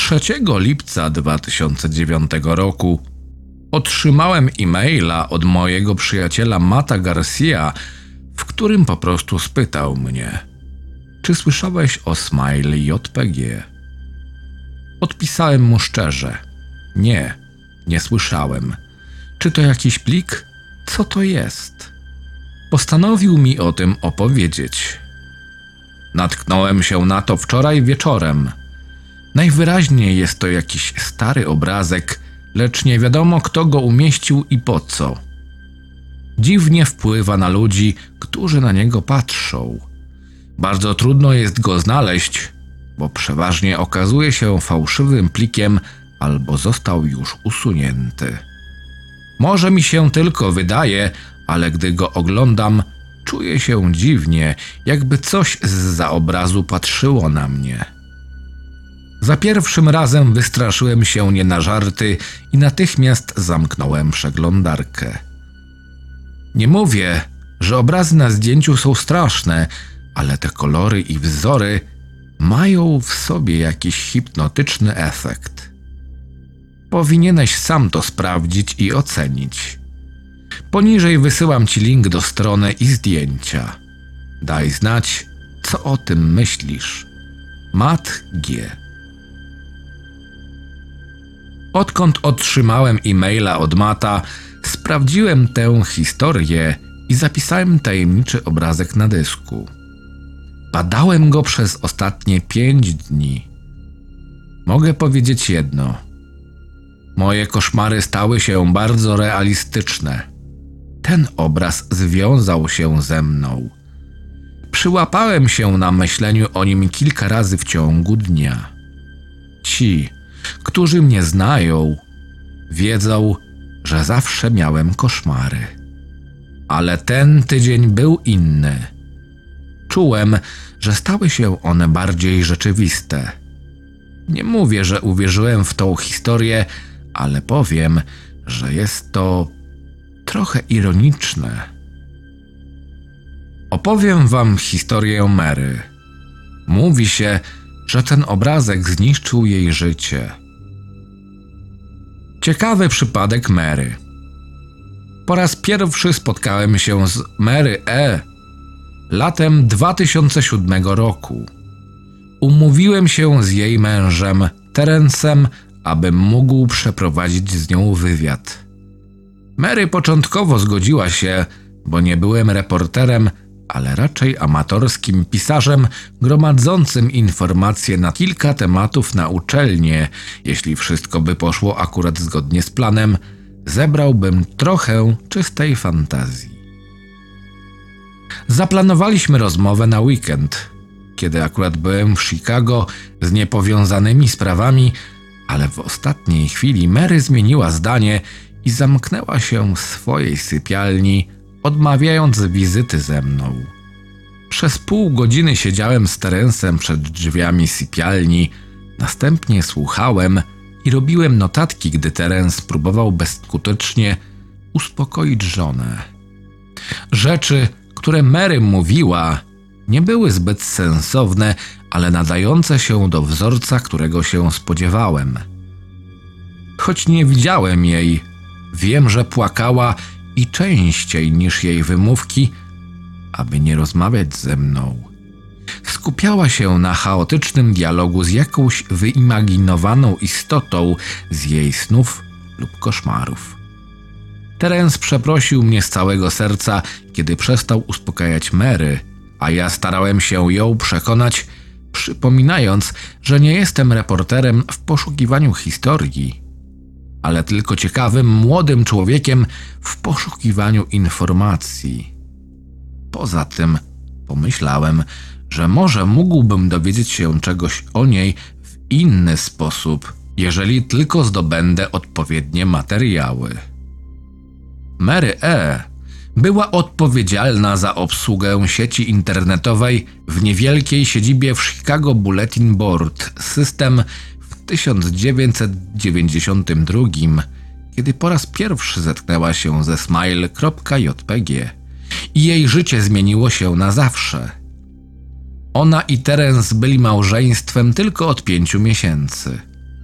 3 lipca 2009 roku otrzymałem e-maila od mojego przyjaciela Matta Garcia, w którym po prostu spytał mnie: czy słyszałeś o Smile JPG? Odpisałem mu szczerze: nie słyszałem. Czy to jakiś plik? Co to jest? Postanowił mi o tym opowiedzieć. Natknąłem się na to wczoraj wieczorem. Najwyraźniej jest to jakiś stary obrazek, lecz nie wiadomo, kto go umieścił i po co. Dziwnie wpływa na ludzi, którzy na niego patrzą. Bardzo trudno jest go znaleźć, bo przeważnie okazuje się fałszywym plikiem albo został już usunięty. Może mi się tylko wydaje, ale gdy go oglądam, czuję się dziwnie, jakby coś zza obrazu patrzyło na mnie. Za pierwszym razem wystraszyłem się nie na żarty i natychmiast zamknąłem przeglądarkę. Nie mówię, że obrazy na zdjęciu są straszne, ale te kolory i wzory mają w sobie jakiś hipnotyczny efekt. Powinieneś sam to sprawdzić i ocenić. Poniżej wysyłam ci link do strony i zdjęcia. Daj znać, co o tym myślisz. Matt G. Odkąd otrzymałem e-maila od Matta, sprawdziłem tę historię i zapisałem tajemniczy obrazek na dysku. Badałem go przez ostatnie 5 dni. Mogę powiedzieć jedno. Moje koszmary stały się bardzo realistyczne. Ten obraz związał się ze mną. Przyłapałem się na myśleniu o nim kilka razy w ciągu dnia. Ci, którzy mnie znają, wiedzą, że zawsze miałem koszmary. Ale ten tydzień był inny. Czułem, że stały się one bardziej rzeczywiste. Nie mówię, że uwierzyłem w tą historię, ale powiem, że jest to trochę ironiczne. Opowiem wam historię Mary. Mówi się, że ten obrazek zniszczył jej życie. Ciekawy przypadek Mary. Po raz pierwszy spotkałem się z Mary E. latem 2007 roku. Umówiłem się z jej mężem, Terencem, abym mógł przeprowadzić z nią wywiad. Mary początkowo zgodziła się, bo nie byłem reporterem, ale raczej amatorskim pisarzem gromadzącym informacje na kilka tematów na uczelnię. Jeśli wszystko by poszło akurat zgodnie z planem, zebrałbym trochę czystej fantazji. Zaplanowaliśmy rozmowę na weekend, kiedy akurat byłem w Chicago z niepowiązanymi sprawami, ale w ostatniej chwili Mary zmieniła zdanie i zamknęła się w swojej sypialni, odmawiając wizyty ze mną. Przez pół godziny siedziałem z Terencem przed drzwiami sypialni, następnie słuchałem i robiłem notatki, gdy Terence próbował bezskutecznie uspokoić żonę. Rzeczy, które Mary mówiła, nie były zbyt sensowne, ale nadające się do wzorca, którego się spodziewałem. Choć nie widziałem jej, wiem, że płakała i częściej niż jej wymówki, aby nie rozmawiać ze mną. Skupiała się na chaotycznym dialogu z jakąś wyimaginowaną istotą z jej snów lub koszmarów. Terence przeprosił mnie z całego serca, kiedy przestał uspokajać Mary, a ja starałem się ją przekonać, przypominając, że nie jestem reporterem w poszukiwaniu historii, ale tylko ciekawym, młodym człowiekiem w poszukiwaniu informacji. Poza tym pomyślałem, że może mógłbym dowiedzieć się czegoś o niej w inny sposób, jeżeli tylko zdobędę odpowiednie materiały. Mary E. była odpowiedzialna za obsługę sieci internetowej w niewielkiej siedzibie w Chicago Bulletin Board System w 1992, kiedy po raz pierwszy zetknęła się ze Smile.jpg i jej życie zmieniło się na zawsze. Ona i Terence byli małżeństwem tylko od 5 miesięcy.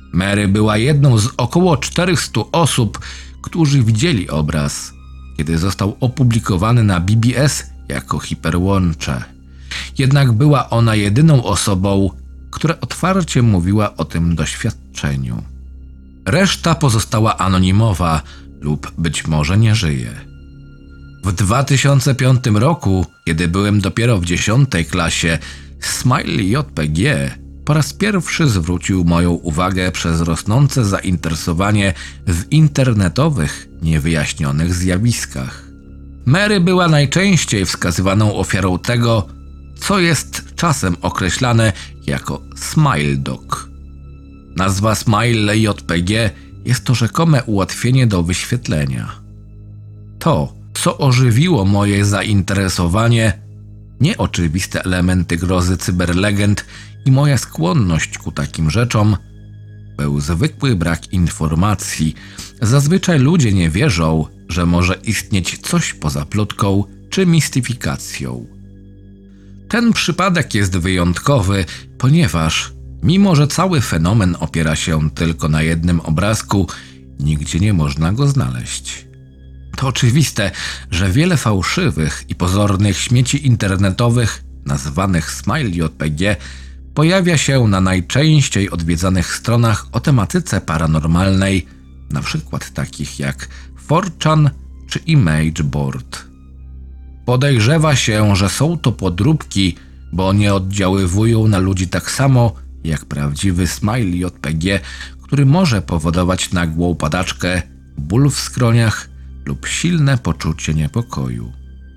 Mary była jedną z około 400 osób, którzy widzieli obraz, kiedy został opublikowany na BBS jako hiperłącze. Jednak była ona jedyną osobą, która otwarcie mówiła o tym doświadczeniu. Reszta pozostała anonimowa lub być może nie żyje. W 2005 roku, kiedy byłem dopiero w 10. klasie, Smiley JPG po raz pierwszy zwrócił moją uwagę przez rosnące zainteresowanie w internetowych, niewyjaśnionych zjawiskach. Mary była najczęściej wskazywaną ofiarą tego, co jest czasem określane jako Smile Dog. Nazwa Smiley JPG jest to rzekome ułatwienie do wyświetlenia. To, co ożywiło moje zainteresowanie, nieoczywiste elementy grozy cyberlegend i moja skłonność ku takim rzeczom, był zwykły brak informacji. Zazwyczaj ludzie nie wierzą, że może istnieć coś poza plotką czy mistyfikacją. Ten przypadek jest wyjątkowy, ponieważ mimo że cały fenomen opiera się tylko na jednym obrazku, nigdzie nie można go znaleźć. To oczywiste, że wiele fałszywych i pozornych śmieci internetowych, nazywanych Smile JPG, pojawia się na najczęściej odwiedzanych stronach o tematyce paranormalnej, np. takich jak 4chan czy Imageboard. Podejrzewa się, że są to podróbki, bo nie oddziaływują na ludzi tak samo jak prawdziwy Smile JPG, który może powodować nagłą padaczkę, ból w skroniach lub silne poczucie niepokoju.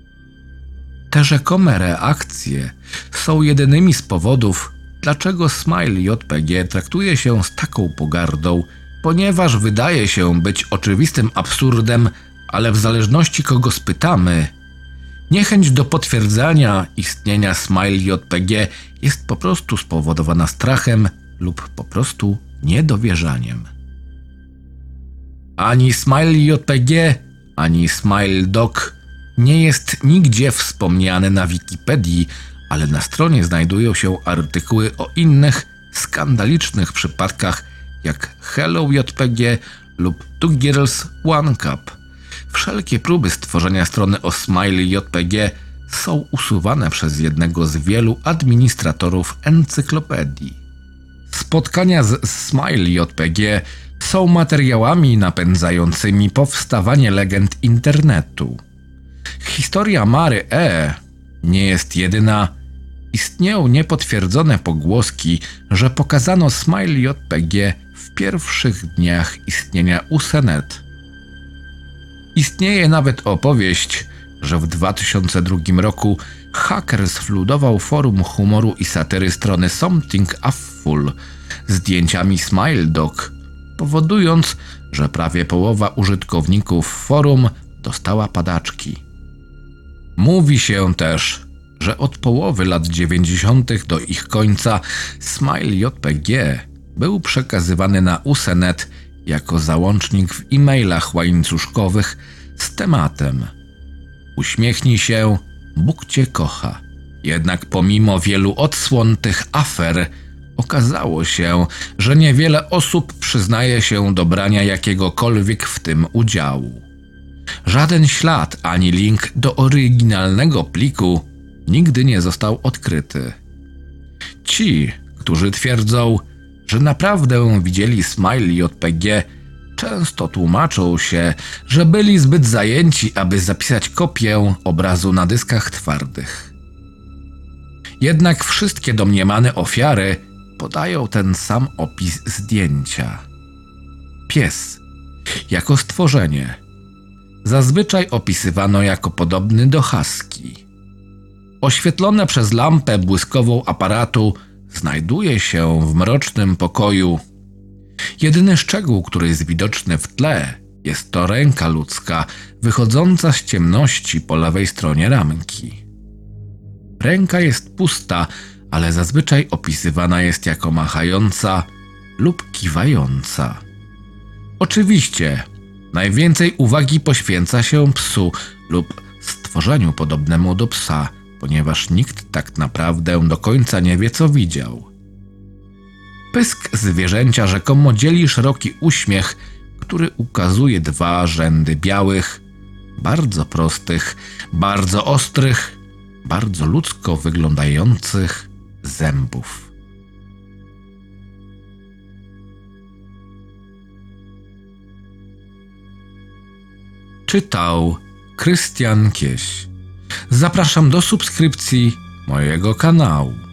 Te rzekome reakcje są jedynymi z powodów, dlaczego Smile JPG traktuje się z taką pogardą, ponieważ wydaje się być oczywistym absurdem, ale w zależności kogo spytamy, niechęć do potwierdzania istnienia Smile JPG jest po prostu spowodowana strachem lub po prostu niedowierzaniem. Ani Smile JPG, ani Smile Dog nie jest nigdzie wspomniany na Wikipedii, ale na stronie znajdują się artykuły o innych skandalicznych przypadkach jak Hello JPG lub Two Girls One Cup. Wszelkie próby stworzenia strony o Smile JPG są usuwane przez jednego z wielu administratorów encyklopedii. Spotkania z Smile JPG są materiałami napędzającymi powstawanie legend internetu. Historia Mary E. nie jest jedyna. Istnieją niepotwierdzone pogłoski, że pokazano Smile JPG w pierwszych dniach istnienia Usenet. Istnieje nawet opowieść, że w 2002 roku haker zfludował forum humoru i satyry strony Something Awful zdjęciami Smile Dog, powodując, że prawie połowa użytkowników forum dostała padaczki. Mówi się też, że od połowy lat 90. do ich końca Smile JPG był przekazywany na Usenet jako załącznik w e-mailach łańcuszkowych z tematem „Uśmiechnij się, Bóg cię kocha”. Jednak pomimo wielu odsłon tych afer, okazało się, że niewiele osób przyznaje się do brania jakiegokolwiek w tym udziału. Żaden ślad ani link do oryginalnego pliku nigdy nie został odkryty. Ci, którzy twierdzą, że naprawdę widzieli Smile JPG, często tłumaczą się, że byli zbyt zajęci, aby zapisać kopię obrazu na dyskach twardych. Jednak wszystkie domniemane ofiary podają ten sam opis zdjęcia. Pies jako stworzenie zazwyczaj opisywano jako podobny do husky. Oświetlone przez lampę błyskową aparatu znajduje się w mrocznym pokoju. Jedyny szczegół, który jest widoczny w tle, jest to ręka ludzka wychodząca z ciemności po lewej stronie ramki. Ręka jest pusta, ale zazwyczaj opisywana jest jako machająca lub kiwająca. Oczywiście najwięcej uwagi poświęca się psu lub stworzeniu podobnemu do psa, ponieważ nikt tak naprawdę do końca nie wie, co widział. Pysk zwierzęcia rzekomo dzieli szeroki uśmiech, który ukazuje 2 rzędy białych, bardzo prostych, bardzo ostrych, bardzo ludzko wyglądających zębów. Czytał Krystian Kieś. Zapraszam do subskrypcji mojego kanału.